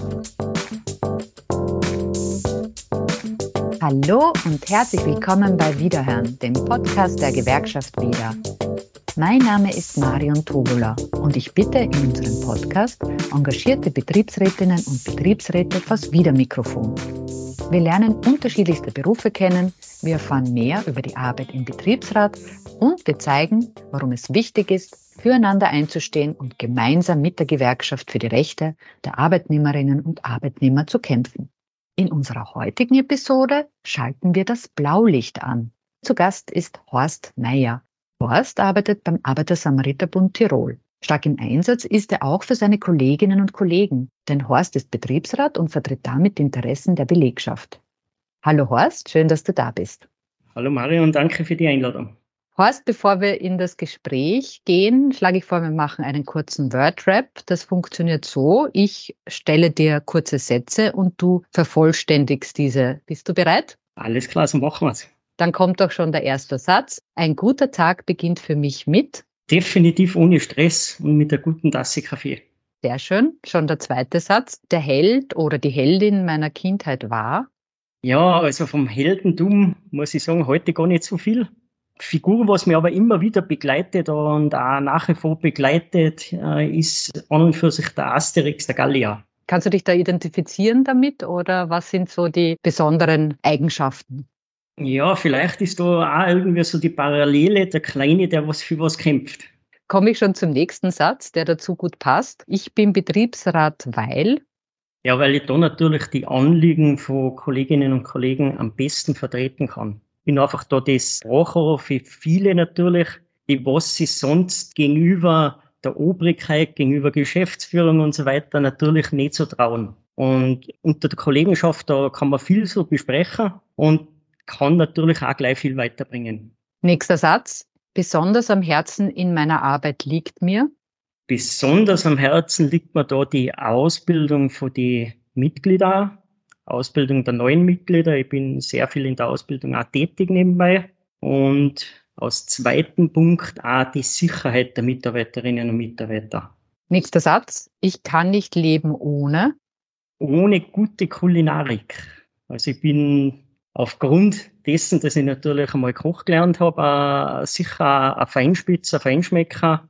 Hallo und herzlich willkommen bei Wiederhören, dem Podcast der Gewerkschaft WIDA. Mein Name ist Marion Tobola und ich bitte in unserem Podcast engagierte Betriebsrätinnen und Betriebsräte vors WIDA-Mikrofon. Wir lernen unterschiedlichste Berufe kennen, wir erfahren mehr über die Arbeit im Betriebsrat und wir zeigen, warum es wichtig ist, füreinander einzustehen und gemeinsam mit der Gewerkschaft für die Rechte der Arbeitnehmerinnen und Arbeitnehmer zu kämpfen. In unserer heutigen Episode schalten wir das Blaulicht an. Zu Gast ist Horst Meier. Horst arbeitet beim Arbeiter-Samariter-Bund Tirol. Stark im Einsatz ist er auch für seine Kolleginnen und Kollegen, denn Horst ist Betriebsrat und vertritt damit die Interessen der Belegschaft. Hallo Horst, schön, dass du da bist. Hallo Marion, danke für die Einladung. Horst, bevor wir in das Gespräch gehen, schlage ich vor, wir machen einen kurzen Word-Rap. Das funktioniert so, ich stelle dir kurze Sätze und du vervollständigst diese. Bist du bereit? Alles klar, so machen wir's. Dann kommt doch schon der erste Satz. Ein guter Tag beginnt für mich mit? Definitiv ohne Stress und mit einer guten Tasse Kaffee. Sehr schön. Schon der zweite Satz. Der Held oder die Heldin meiner Kindheit war? Ja, also vom Heldentum muss ich sagen, heute gar nicht so viel. Figur, was mich aber immer wieder begleitet und auch nach wie vor begleitet, ist an und für sich der Asterix, der Gallier. Kannst du dich da identifizieren damit oder was sind so die besonderen Eigenschaften? Ja, vielleicht ist da auch irgendwie so die Parallele, der Kleine, der was für was kämpft. Komme ich schon zum nächsten Satz, der dazu gut passt. Ich bin Betriebsrat, weil? Ja, weil ich da natürlich die Anliegen von Kolleginnen und Kollegen am besten vertreten kann. Ich bin einfach da das Sprachrohr für viele natürlich, die was sie sonst gegenüber der Obrigkeit, gegenüber Geschäftsführung und so weiter natürlich nicht so trauen. Und unter der Kollegenschaft, da kann man viel so besprechen und kann natürlich auch gleich viel weiterbringen. Nächster Satz. Besonders am Herzen in meiner Arbeit liegt mir? Besonders am Herzen liegt mir da die Ausbildung von den Mitgliedern, Ausbildung der neuen Mitglieder. Ich bin sehr viel in der Ausbildung auch tätig nebenbei. Und als zweiten Punkt auch die Sicherheit der Mitarbeiterinnen und Mitarbeiter. Nächster Satz. Ich kann nicht leben ohne? Ohne gute Kulinarik. Also ich bin aufgrund dessen, dass ich natürlich einmal Koch gelernt habe, sicher ein Feinspitzer, Feinschmecker.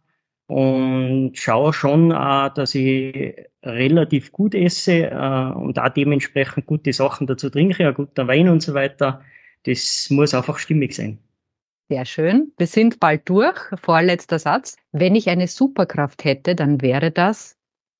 Und schaue schon, dass ich relativ gut esse und auch dementsprechend gute Sachen dazu trinke, ein guter Wein und so weiter. Das muss einfach stimmig sein. Sehr schön. Wir sind bald durch. Vorletzter Satz. Wenn ich eine Superkraft hätte, dann wäre das?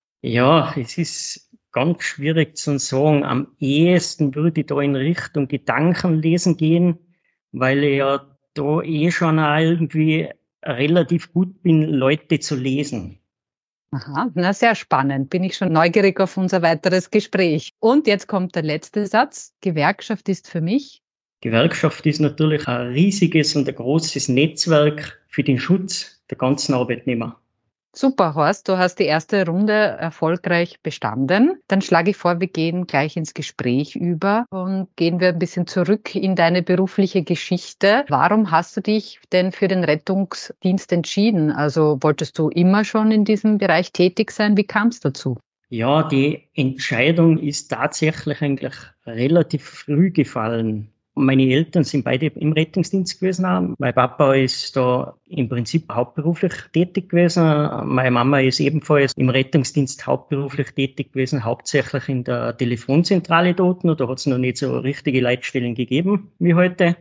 Ja, es ist ganz schwierig zu sagen. Am ehesten würde ich da in Richtung Gedankenlesen gehen, weil ich ja da schon auch irgendwie relativ gut bin, Leute zu lesen. Aha, na sehr spannend. Bin ich schon neugierig auf unser weiteres Gespräch. Und jetzt kommt der letzte Satz. Gewerkschaft ist für mich? Gewerkschaft ist natürlich ein riesiges und ein großes Netzwerk für den Schutz der ganzen Arbeitnehmer. Super, Horst, du hast die erste Runde erfolgreich bestanden. Dann schlage ich vor, wir gehen gleich ins Gespräch über und gehen wir ein bisschen zurück in deine berufliche Geschichte. Warum hast du dich denn für den Rettungsdienst entschieden? Also wolltest du immer schon in diesem Bereich tätig sein? Wie kam es dazu? Ja, die Entscheidung ist tatsächlich eigentlich relativ früh gefallen. Meine Eltern sind beide im Rettungsdienst gewesen. Mein Papa ist da im Prinzip hauptberuflich tätig gewesen. Meine Mama ist ebenfalls im Rettungsdienst hauptberuflich tätig gewesen, hauptsächlich in der Telefonzentrale dort. Da hat es noch nicht so richtige Leitstellen gegeben wie heute.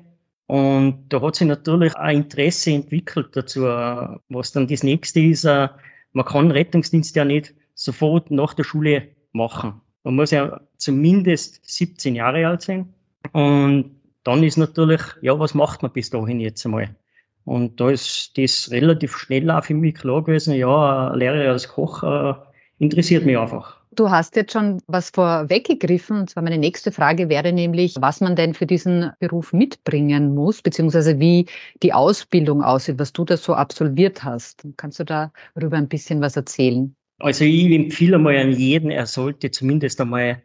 Und da hat sich natürlich ein Interesse entwickelt dazu, was dann das nächste ist. Man kann Rettungsdienst ja nicht sofort nach der Schule machen. Man muss ja zumindest 17 Jahre alt sein. Und dann ist natürlich, ja, was macht man bis dahin jetzt einmal? Und da ist das relativ schnell auch für mich klar gewesen, ja, eine Lehre als Koch interessiert mich einfach. Du hast jetzt schon was vorweggegriffen, und zwar meine nächste Frage wäre nämlich, was man denn für diesen Beruf mitbringen muss, beziehungsweise wie die Ausbildung aussieht, was du da so absolviert hast. Kannst du darüber ein bisschen was erzählen? Also ich empfehle einmal an jeden, er sollte zumindest einmal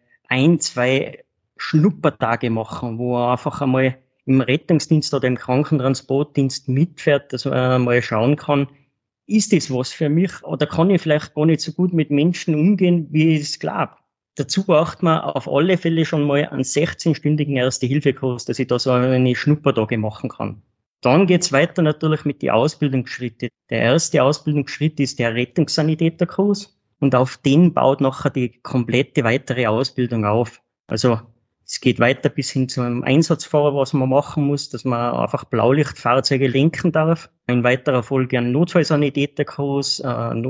1-2 Schnuppertage machen, wo er einfach einmal im Rettungsdienst oder im Krankentransportdienst mitfährt, dass man mal schauen kann, ist das was für mich oder kann ich vielleicht gar nicht so gut mit Menschen umgehen, wie ich es glaube. Dazu braucht man auf alle Fälle schon mal einen 16-stündigen Erste-Hilfe-Kurs, dass ich da so eine Schnuppertage machen kann. Dann geht's weiter natürlich mit den Ausbildungsschritten. Der erste Ausbildungsschritt ist der Rettungssanitäterkurs und auf den baut nachher die komplette weitere Ausbildung auf. Also es geht weiter bis hin zu einem Einsatzfahrer, was man machen muss, dass man einfach Blaulichtfahrzeuge lenken darf. In weiterer Folge ein Notfallsanitäterkurs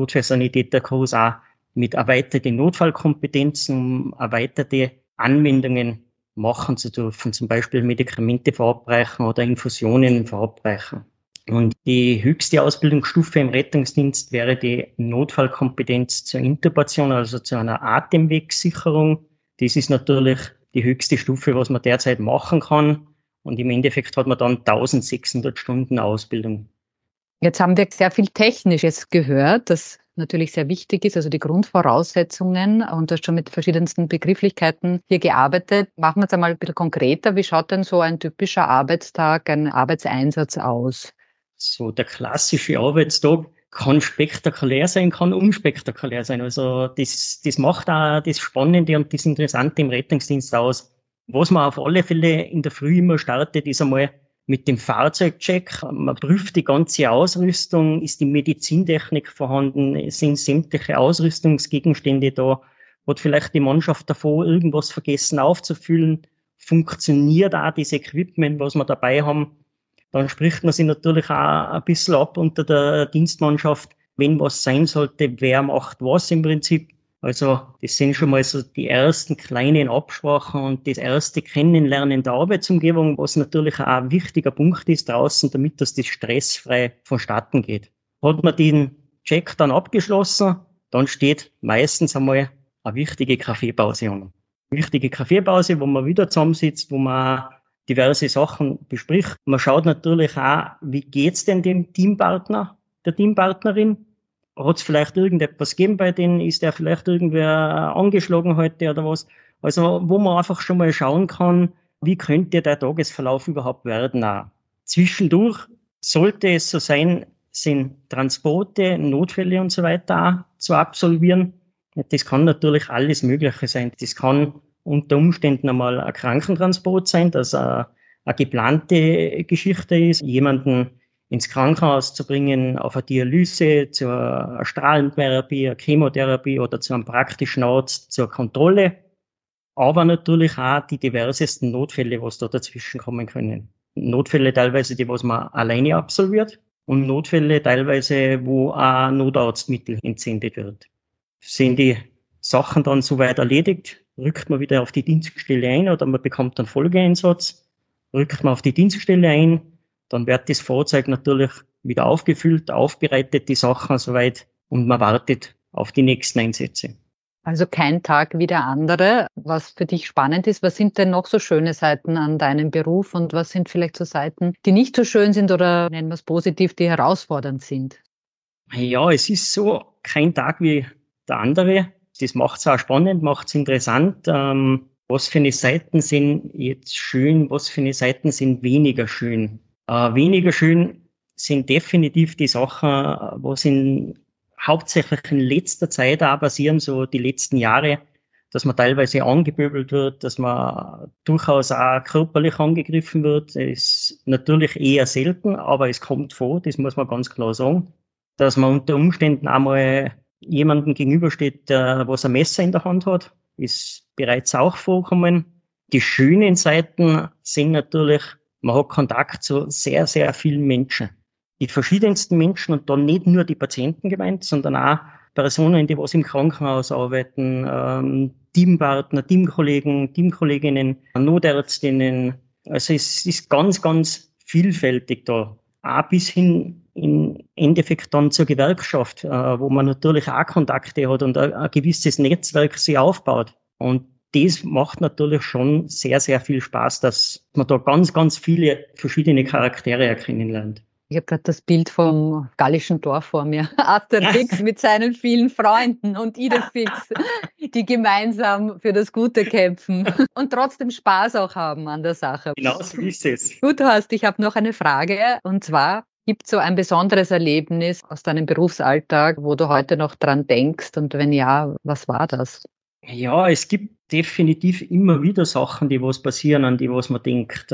auch mit erweiterten Notfallkompetenzen, um erweiterte Anwendungen machen zu dürfen, zum Beispiel Medikamente verabreichen oder Infusionen verabreichen. Und die höchste Ausbildungsstufe im Rettungsdienst wäre die Notfallkompetenz zur Intubation, also zu einer Atemwegssicherung. Das ist natürlich die höchste Stufe, was man derzeit machen kann. Und im Endeffekt hat man dann 1600 Stunden Ausbildung. Jetzt haben wir sehr viel Technisches gehört, das natürlich sehr wichtig ist, also die Grundvoraussetzungen, und du hast schon mit verschiedensten Begrifflichkeiten hier gearbeitet. Machen wir es einmal ein bisschen konkreter. Wie schaut denn so ein typischer Arbeitstag, ein Arbeitseinsatz aus? So der klassische Arbeitstag kann spektakulär sein, kann unspektakulär sein. Also das macht auch das Spannende und das Interessante im Rettungsdienst aus. Was man auf alle Fälle in der Früh immer startet, ist einmal mit dem Fahrzeugcheck. Man prüft die ganze Ausrüstung, ist die Medizintechnik vorhanden, sind sämtliche Ausrüstungsgegenstände da, hat vielleicht die Mannschaft davor irgendwas vergessen aufzufüllen, funktioniert auch das Equipment, was wir dabei haben. Dann spricht man sich natürlich auch ein bisschen ab unter der Dienstmannschaft, wenn was sein sollte, wer macht was im Prinzip. Also das sind schon mal so die ersten kleinen Absprachen und das erste Kennenlernen der Arbeitsumgebung, was natürlich auch ein wichtiger Punkt ist draußen, damit das stressfrei vonstatten geht. Hat man den Check dann abgeschlossen, dann steht meistens einmal eine wichtige Kaffeepause an. Eine wichtige Kaffeepause, wo man wieder zusammensitzt, wo man diverse Sachen bespricht. Man schaut natürlich auch, wie geht's denn dem Teampartner, der Teampartnerin? Hat es vielleicht irgendetwas gegeben bei denen? Ist der vielleicht irgendwer angeschlagen heute oder was? Also, wo man einfach schon mal schauen kann, wie könnte der Tagesverlauf überhaupt werden auch. Zwischendurch sollte es so sein, sind Transporte, Notfälle und so weiter auch zu absolvieren. Das kann natürlich alles Mögliche sein. Das kann unter Umständen einmal ein Krankentransport sein, dass eine geplante Geschichte ist, jemanden ins Krankenhaus zu bringen, auf eine Dialyse, zur Strahlentherapie, eine Chemotherapie oder zu einem praktischen Arzt zur Kontrolle. Aber natürlich auch die diversesten Notfälle, was da dazwischen kommen können. Notfälle teilweise, die was man alleine absolviert, und Notfälle teilweise, wo ein Notarztmittel entsendet wird. Sind die Sachen dann soweit erledigt, rückt man wieder auf die Dienststelle ein oder man bekommt einen Folgeeinsatz, rückt man auf die Dienststelle ein, dann wird das Fahrzeug natürlich wieder aufgefüllt, aufbereitet, die Sachen soweit, und man wartet auf die nächsten Einsätze. Also kein Tag wie der andere. Was für dich spannend ist, was sind denn noch so schöne Seiten an deinem Beruf und was sind vielleicht so Seiten, die nicht so schön sind oder nennen wir es positiv, die herausfordernd sind? Ja, es ist so kein Tag wie der andere. Das macht es auch spannend, macht es interessant. Was für eine Seiten sind jetzt schön, was für eine Seiten sind weniger schön. Weniger schön sind definitiv die Sachen, was hauptsächlich in letzter Zeit auch passieren, so die letzten Jahre, dass man teilweise angepöbelt wird, dass man durchaus auch körperlich angegriffen wird. Das ist natürlich eher selten, aber es kommt vor, das muss man ganz klar sagen, dass man unter Umständen einmal jemandem gegenübersteht, der was ein Messer in der Hand hat, ist bereits auch vorgekommen. Die schönen Seiten sind natürlich, man hat Kontakt zu sehr, sehr vielen Menschen. Die verschiedensten Menschen und dann nicht nur die Patienten gemeint, sondern auch Personen, die was im Krankenhaus arbeiten, Teampartner, Teamkollegen, Teamkolleginnen, Notärztinnen. Also es ist ganz, ganz vielfältig da. Auch bis hin im Endeffekt dann zur Gewerkschaft, wo man natürlich auch Kontakte hat und ein gewisses Netzwerk sich aufbaut. Und das macht natürlich schon sehr, sehr viel Spaß, dass man da ganz, ganz viele verschiedene Charaktere erkennen lernt. Ich habe gerade das Bild vom gallischen Dorf vor mir. Asterix mit seinen vielen Freunden und Idefix, die gemeinsam für das Gute kämpfen und trotzdem Spaß auch haben an der Sache. Genau so ist es. Gut, Horst, ich habe noch eine Frage, und zwar, gibt es so ein besonderes Erlebnis aus deinem Berufsalltag, wo du heute noch dran denkst, und wenn ja, was war das? Ja, es gibt definitiv immer wieder Sachen, die was passieren, an die was man denkt.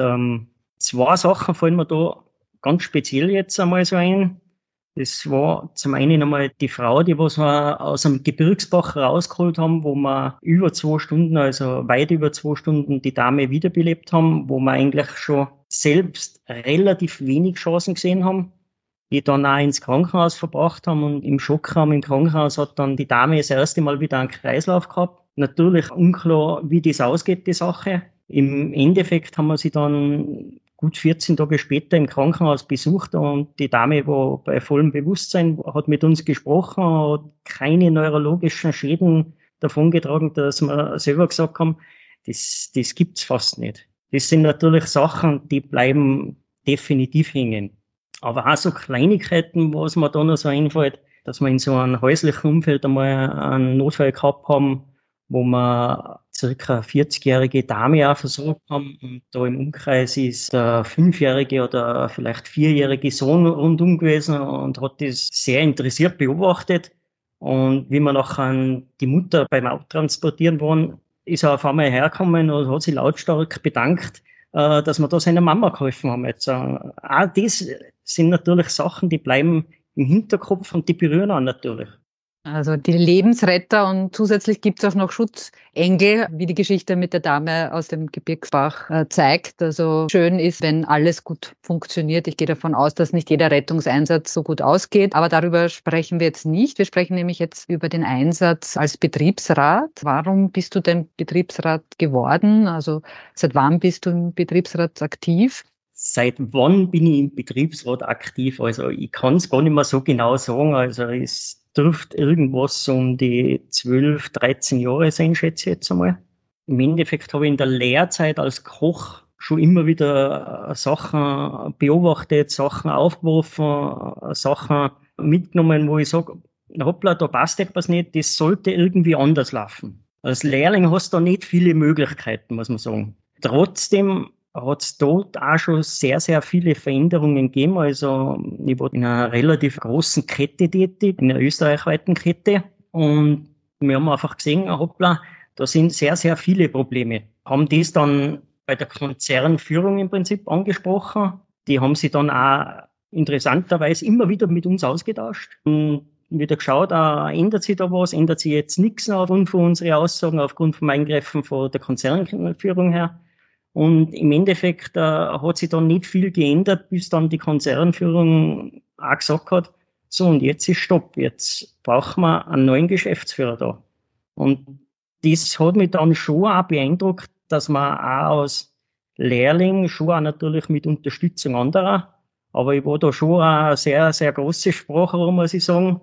Zwei Sachen fallen mir da ganz speziell jetzt einmal so ein. Das war zum einen einmal die Frau, die was wir aus dem Gebirgsbach rausgeholt haben, wo wir über 2 Stunden, also weit über 2 Stunden die Dame wiederbelebt haben, wo wir eigentlich schon selbst relativ wenig Chancen gesehen haben, die dann auch ins Krankenhaus verbracht haben, und im Schockraum im Krankenhaus hat dann die Dame das erste Mal wieder einen Kreislauf gehabt. Natürlich unklar, wie das ausgeht, die Sache. Im Endeffekt haben wir sie dann gut 14 Tage später im Krankenhaus besucht, und die Dame war bei vollem Bewusstsein, hat mit uns gesprochen, hat keine neurologischen Schäden davongetragen, dass wir selber gesagt haben, das gibt's fast nicht. Das sind natürlich Sachen, die bleiben definitiv hängen. Aber auch so Kleinigkeiten, was mir da noch so einfällt, dass wir in so einem häuslichen Umfeld einmal einen Notfall gehabt haben, wo wir circa 40-jährige Dame auch versorgt haben. Und da im Umkreis ist der 5-jährige oder vielleicht 4-jährige Sohn rundum gewesen und hat das sehr interessiert beobachtet. Und wie wir nachher die Mutter beim Abtransportieren waren, ist er auf einmal hergekommen und hat sich lautstark bedankt, dass wir da seiner Mama geholfen haben. Jetzt, auch das sind natürlich Sachen, die bleiben im Hinterkopf und die berühren auch natürlich. Also die Lebensretter, und zusätzlich gibt es auch noch Schutzengel, wie die Geschichte mit der Dame aus dem Gebirgsbach zeigt. Also schön ist, wenn alles gut funktioniert. Ich gehe davon aus, dass nicht jeder Rettungseinsatz so gut ausgeht, aber darüber sprechen wir jetzt nicht. Wir sprechen nämlich jetzt über den Einsatz als Betriebsrat. Warum bist du denn Betriebsrat geworden? Also seit wann bist du im Betriebsrat aktiv? Seit wann bin ich im Betriebsrat aktiv? Also ich kann es gar nicht mehr so genau sagen. Also es dürfte irgendwas um die 12, 13 Jahre sein, schätze ich jetzt einmal. Im Endeffekt habe ich in der Lehrzeit als Koch schon immer wieder Sachen beobachtet, Sachen aufgeworfen, Sachen mitgenommen, wo ich sage, hoppla, da passt etwas nicht, das sollte irgendwie anders laufen. Als Lehrling hast du da nicht viele Möglichkeiten, muss man sagen. Trotzdem hat es dort auch schon sehr, sehr viele Veränderungen gegeben. Also ich war in einer relativ großen Kette tätig, in einer österreichweiten Kette. Und wir haben einfach gesehen, hoppla, da sind sehr, sehr viele Probleme. Haben das dann bei der Konzernführung im Prinzip angesprochen. Die haben sich dann auch interessanterweise immer wieder mit uns ausgetauscht. Und wieder geschaut, ändert sich da was, ändert sich jetzt nichts aufgrund von unseren Aussagen, aufgrund vom Eingreifen von der Konzernführung her. Und im Endeffekt hat sich dann nicht viel geändert, bis dann die Konzernführung auch gesagt hat, so, und jetzt ist Stopp, jetzt brauchen wir einen neuen Geschäftsführer da. Und das hat mich dann schon auch beeindruckt, dass man auch als Lehrling schon auch natürlich mit Unterstützung anderer, aber ich war da schon ein sehr, sehr großes Sprachrohr, muss ich sagen,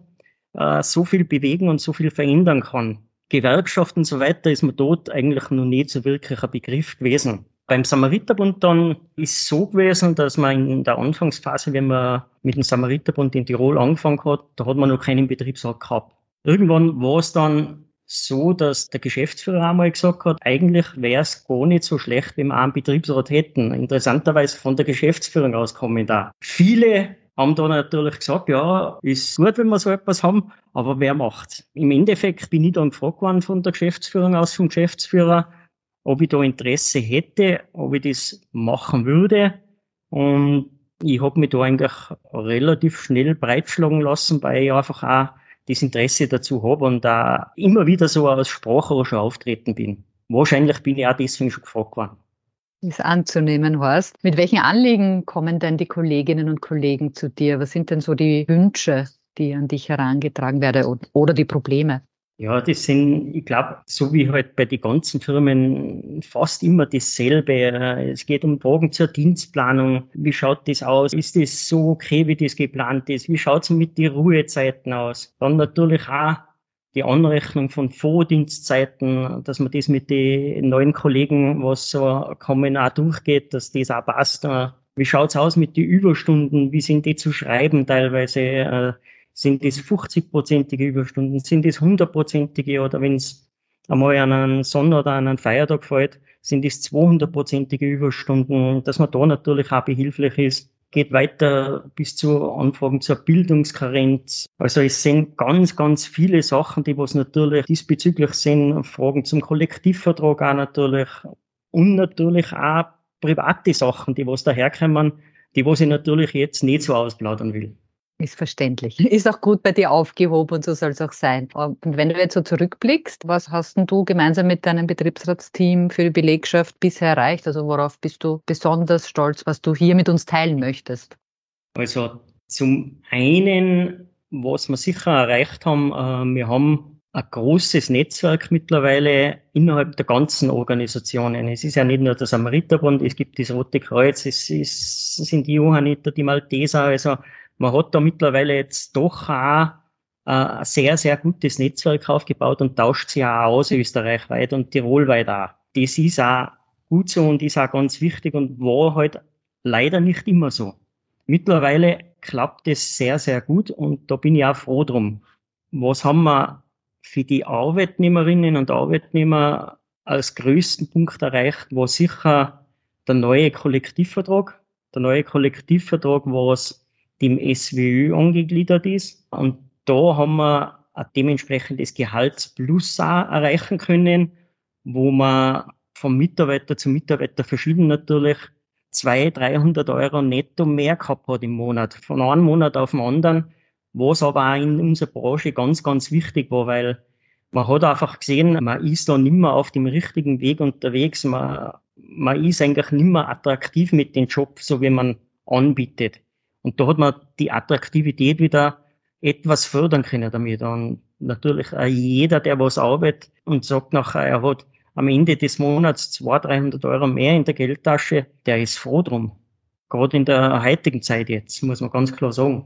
so viel bewegen und so viel verändern kann. Gewerkschaften und so weiter ist mir dort eigentlich noch nicht so wirklich ein Begriff gewesen. Beim Samariterbund dann ist es so gewesen, dass man in der Anfangsphase, wenn man mit dem Samariterbund in Tirol angefangen hat, da hat man noch keinen Betriebsrat gehabt. Irgendwann war es dann so, dass der Geschäftsführer einmal gesagt hat, eigentlich wäre es gar nicht so schlecht, wenn wir einen Betriebsrat hätten. Interessanterweise von der Geschäftsführung aus kommen da. Viele haben da natürlich gesagt, ja, ist gut, wenn wir so etwas haben, aber wer macht's? Im Endeffekt bin ich dann gefragt worden von der Geschäftsführung aus, vom Geschäftsführer, ob ich da Interesse hätte, ob ich das machen würde. Und ich habe mich da eigentlich relativ schnell breitschlagen lassen, weil ich einfach auch das Interesse dazu habe und da immer wieder so als Sprachrohr schon auftreten bin. Wahrscheinlich bin ich auch deswegen schon gefragt worden. Das anzunehmen, Horst. Mit welchen Anliegen kommen denn die Kolleginnen und Kollegen zu dir? Was sind denn so die Wünsche, die an dich herangetragen werden, oder die Probleme? Ja, das sind, ich glaube, so wie halt bei den ganzen Firmen fast immer dasselbe. Es geht um Fragen zur Dienstplanung. Wie schaut das aus? Ist das so okay, wie das geplant ist? Wie schaut es mit den Ruhezeiten aus? Dann natürlich auch die Anrechnung von Vordienstzeiten, dass man das mit den neuen Kollegen, was so kommen, auch durchgeht, dass das auch passt. Wie schaut's aus mit den Überstunden? Wie sind die zu schreiben teilweise? Sind das 50-prozentige Überstunden? Sind das 100-prozentige? Oder wenn es einmal an einen Sonntag oder an einen Feiertag fällt, sind das 200-prozentige Überstunden? Dass man da natürlich auch behilflich ist. geht weiter bis zu Anfragen zur Bildungskarenz. Also es sind ganz, ganz viele Sachen, die was natürlich diesbezüglich sind, Fragen zum Kollektivvertrag auch natürlich und natürlich auch private Sachen, die was daherkommen, die was ich natürlich jetzt nicht so ausplaudern will. Ist verständlich. Ist auch gut bei dir aufgehoben und so soll es auch sein. Und wenn du jetzt so zurückblickst, was hast denn du gemeinsam mit deinem Betriebsratsteam für die Belegschaft bisher erreicht? Also worauf bist du besonders stolz, was du hier mit uns teilen möchtest? Also zum einen, was wir sicher erreicht haben, wir haben ein großes Netzwerk mittlerweile innerhalb der ganzen Organisationen. Es ist ja nicht nur der Samariterbund, es gibt das Rote Kreuz, sind die Johanniter, die Malteser, also man hat da mittlerweile jetzt doch auch ein sehr, sehr gutes Netzwerk aufgebaut und tauscht sich auch aus, österreichweit und tirolweit auch. Das ist auch gut so und ist auch ganz wichtig und war halt leider nicht immer so. Mittlerweile klappt es sehr, sehr gut und da bin ich auch froh drum. Was haben wir für die Arbeitnehmerinnen und Arbeitnehmer als größten Punkt erreicht, war sicher der neue Kollektivvertrag. Der neue Kollektivvertrag, was dem SWÖ angegliedert ist. Und da haben wir ein dementsprechendes Gehaltsplus auch erreichen können, wo man vom Mitarbeiter zu Mitarbeiter verschieden natürlich 200-300 Euro netto mehr gehabt hat im Monat, von einem Monat auf den anderen, was aber auch in unserer Branche ganz, ganz wichtig war, weil man hat einfach gesehen, man ist da nicht mehr auf dem richtigen Weg unterwegs, man ist eigentlich nicht mehr attraktiv mit dem Job, so wie man anbietet. Und da hat man die Attraktivität wieder etwas fördern können damit. Und natürlich auch jeder, der was arbeitet und sagt nachher, er hat am Ende des Monats 200-300 Euro mehr in der Geldtasche, der ist froh drum. Gerade in der heutigen Zeit jetzt, muss man ganz klar sagen.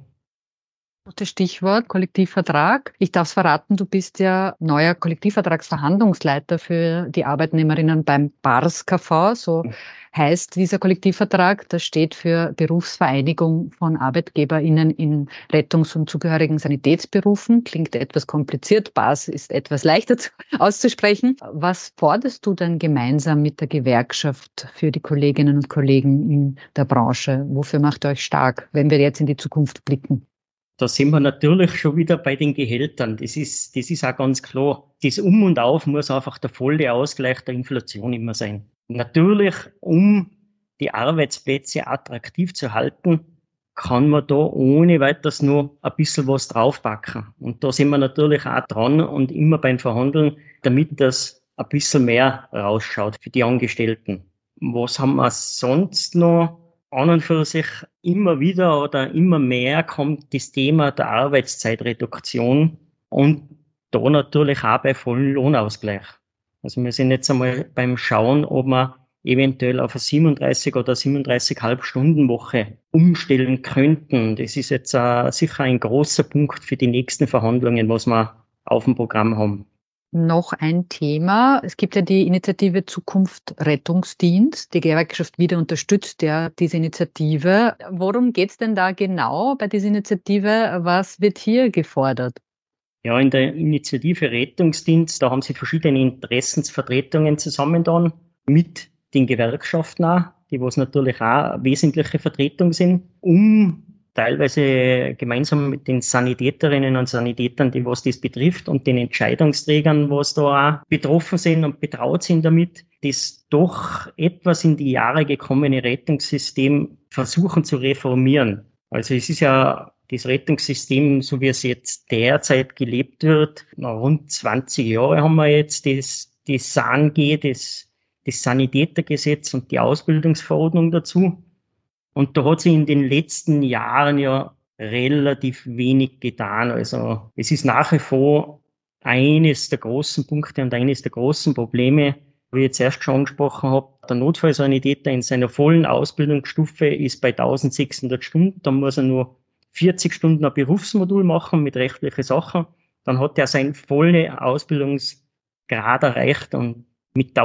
Gutes Stichwort, Kollektivvertrag. Ich darf es verraten, du bist ja neuer Kollektivvertragsverhandlungsleiter für die Arbeitnehmerinnen beim BARS-KV. So heißt dieser Kollektivvertrag. Das steht für Berufsvereinigung von ArbeitgeberInnen in Rettungs- und zugehörigen Sanitätsberufen. Klingt etwas kompliziert. BARS ist etwas leichter auszusprechen. Was forderst du denn gemeinsam mit der Gewerkschaft für die Kolleginnen und Kollegen in der Branche? Wofür macht ihr euch stark, wenn wir jetzt in die Zukunft blicken? Da sind wir natürlich schon wieder bei den Gehältern. Das ist auch ganz klar. Das Um und Auf muss einfach der volle Ausgleich der Inflation immer sein. Natürlich, um die Arbeitsplätze attraktiv zu halten, kann man da ohne weiteres nur ein bisschen was draufpacken. Und da sind wir natürlich auch dran und immer beim Verhandeln, damit das ein bisschen mehr rausschaut für die Angestellten. Was haben wir sonst noch? An und für sich immer wieder oder immer mehr kommt das Thema der Arbeitszeitreduktion und da natürlich auch bei vollem Lohnausgleich. Also wir sind jetzt einmal beim Schauen, ob wir eventuell auf eine 37 oder 37,5 Stunden Woche umstellen könnten. Das ist jetzt sicher ein großer Punkt für die nächsten Verhandlungen, was wir auf dem Programm haben. Noch ein Thema. Es gibt ja die Initiative Zukunft Rettungsdienst. Die Gewerkschaft wieder unterstützt ja diese Initiative. Worum geht es denn da genau bei dieser Initiative? Was wird hier gefordert? Ja, in der Initiative Rettungsdienst, da haben sich verschiedene Interessensvertretungen zusammengetan mit den Gewerkschaften auch, die was natürlich auch wesentliche Vertretung sind, um teilweise gemeinsam mit den Sanitäterinnen und Sanitätern, die was das betrifft, und den Entscheidungsträgern, was da auch betroffen sind und betraut sind damit, das doch etwas in die Jahre gekommene Rettungssystem versuchen zu reformieren. Also es ist ja das Rettungssystem, so wie es jetzt derzeit gelebt wird, rund 20 Jahre haben wir jetzt das SANG, das Sanitätergesetz und die Ausbildungsverordnung dazu. Und da hat sich in den letzten Jahren ja relativ wenig getan. Also es ist nach wie vor eines der großen Punkte und eines der großen Probleme, wie ich jetzt erst schon angesprochen habe. Der Notfallsanitäter in seiner vollen Ausbildungsstufe ist bei 1600 Stunden. Da muss er nur 40 Stunden ein Berufsmodul machen mit rechtlichen Sachen. Dann hat er seinen vollen Ausbildungsgrad erreicht und mit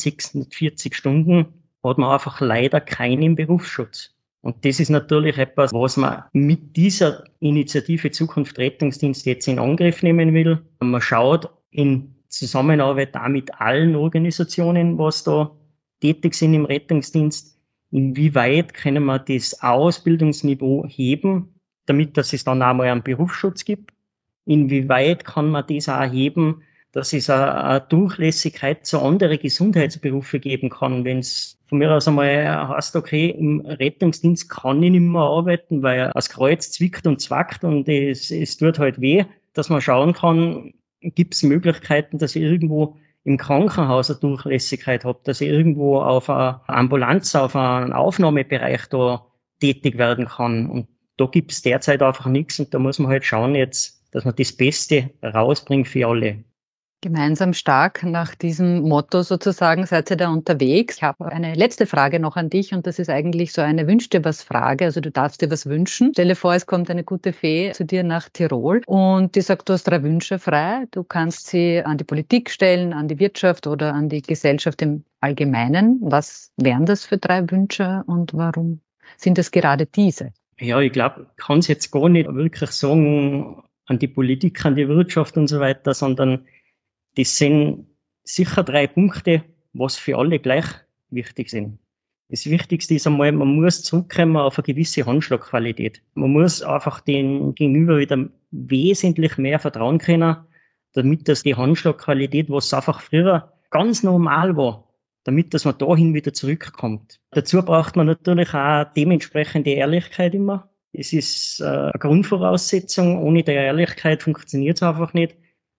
1640 Stunden hat man einfach leider keinen Berufsschutz. Und das ist natürlich etwas, was man mit dieser Initiative Zukunft Rettungsdienst jetzt in Angriff nehmen will. Man schaut in Zusammenarbeit auch mit allen Organisationen, was da tätig sind im Rettungsdienst, inwieweit können wir das Ausbildungsniveau heben, damit dass es dann auch mal einen Berufsschutz gibt. Inwieweit kann man das auch heben, dass es eine Durchlässigkeit zu anderen Gesundheitsberufen geben kann, wenn es von mir aus einmal heißt, okay, im Rettungsdienst kann ich nicht mehr arbeiten, weil das Kreuz zwickt und zwackt und es tut halt weh, dass man schauen kann, gibt es Möglichkeiten, dass ich irgendwo im Krankenhaus eine Durchlässigkeit habe, dass ich irgendwo auf eine Ambulanz, auf einen Aufnahmebereich da tätig werden kann. Und da gibt es derzeit einfach nichts und da muss man halt schauen jetzt, dass man das Beste rausbringt für alle. Gemeinsam stark nach diesem Motto sozusagen seid ihr da unterwegs. Ich habe eine letzte Frage noch an dich und das ist eigentlich so eine Wünsch dir was Frage. Also du darfst dir was wünschen. Stell dir vor, es kommt eine gute Fee zu dir nach Tirol und die sagt, du hast 3 Wünsche frei. Du kannst sie an die Politik stellen, an die Wirtschaft oder an die Gesellschaft im Allgemeinen. Was wären das für 3 Wünsche und warum sind es gerade diese? Ja, ich glaube, ich kann es jetzt gar nicht wirklich sagen an die Politik, an die Wirtschaft und so weiter, sondern das sind sicher 3 Punkte, was für alle gleich wichtig sind. Das Wichtigste ist einmal, man muss zurückkommen auf eine gewisse Handschlagqualität. Man muss einfach den Gegenüber wieder wesentlich mehr vertrauen können, damit das die Handschlagqualität, was einfach früher ganz normal war, damit dass man dahin wieder zurückkommt. Dazu braucht man natürlich auch dementsprechende Ehrlichkeit immer. Es ist eine Grundvoraussetzung. Ohne die Ehrlichkeit funktioniert es einfach nicht.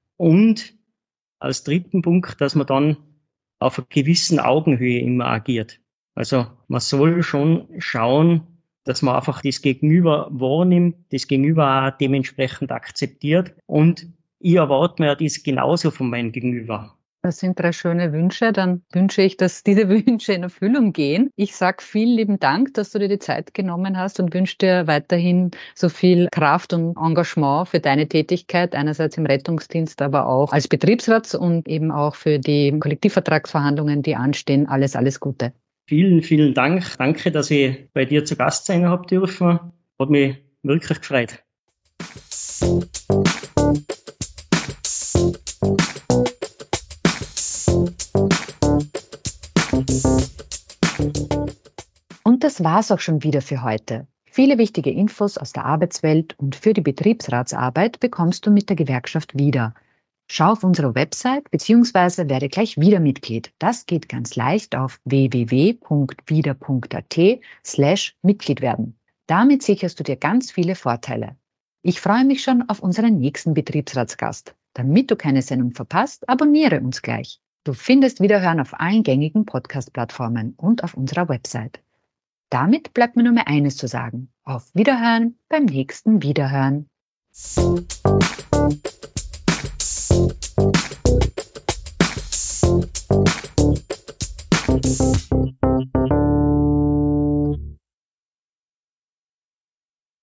Und als 3. Punkt, dass man dann auf einer gewissen Augenhöhe immer agiert. Also man soll schon schauen, dass man einfach das Gegenüber wahrnimmt, das Gegenüber auch dementsprechend akzeptiert. Und ich erwarte mir das genauso von meinem Gegenüber. Das sind 3 schöne Wünsche. Dann wünsche ich, dass diese Wünsche in Erfüllung gehen. Ich sage vielen lieben Dank, dass du dir die Zeit genommen hast und wünsche dir weiterhin so viel Kraft und Engagement für deine Tätigkeit, einerseits im Rettungsdienst, aber auch als Betriebsrat und eben auch für die Kollektivvertragsverhandlungen, die anstehen. Alles Gute. Vielen, vielen Dank. Danke, dass ich bei dir zu Gast sein habe dürfen. Hat mich wirklich gefreut. Und das war's auch schon wieder für heute. Viele wichtige Infos aus der Arbeitswelt und für die Betriebsratsarbeit bekommst du mit der Gewerkschaft wieder. Schau auf unsere Website bzw. werde gleich wieder Mitglied. Das geht ganz leicht auf www.wieder.at/Mitglied werden. Damit sicherst du dir ganz viele Vorteile. Ich freue mich schon auf unseren nächsten Betriebsratsgast. Damit du keine Sendung verpasst, abonniere uns gleich. Du findest Wiederhören auf allen gängigen Podcast-Plattformen und auf unserer Website. Damit bleibt mir nur mehr eines zu sagen. Auf Wiederhören beim nächsten Wiederhören.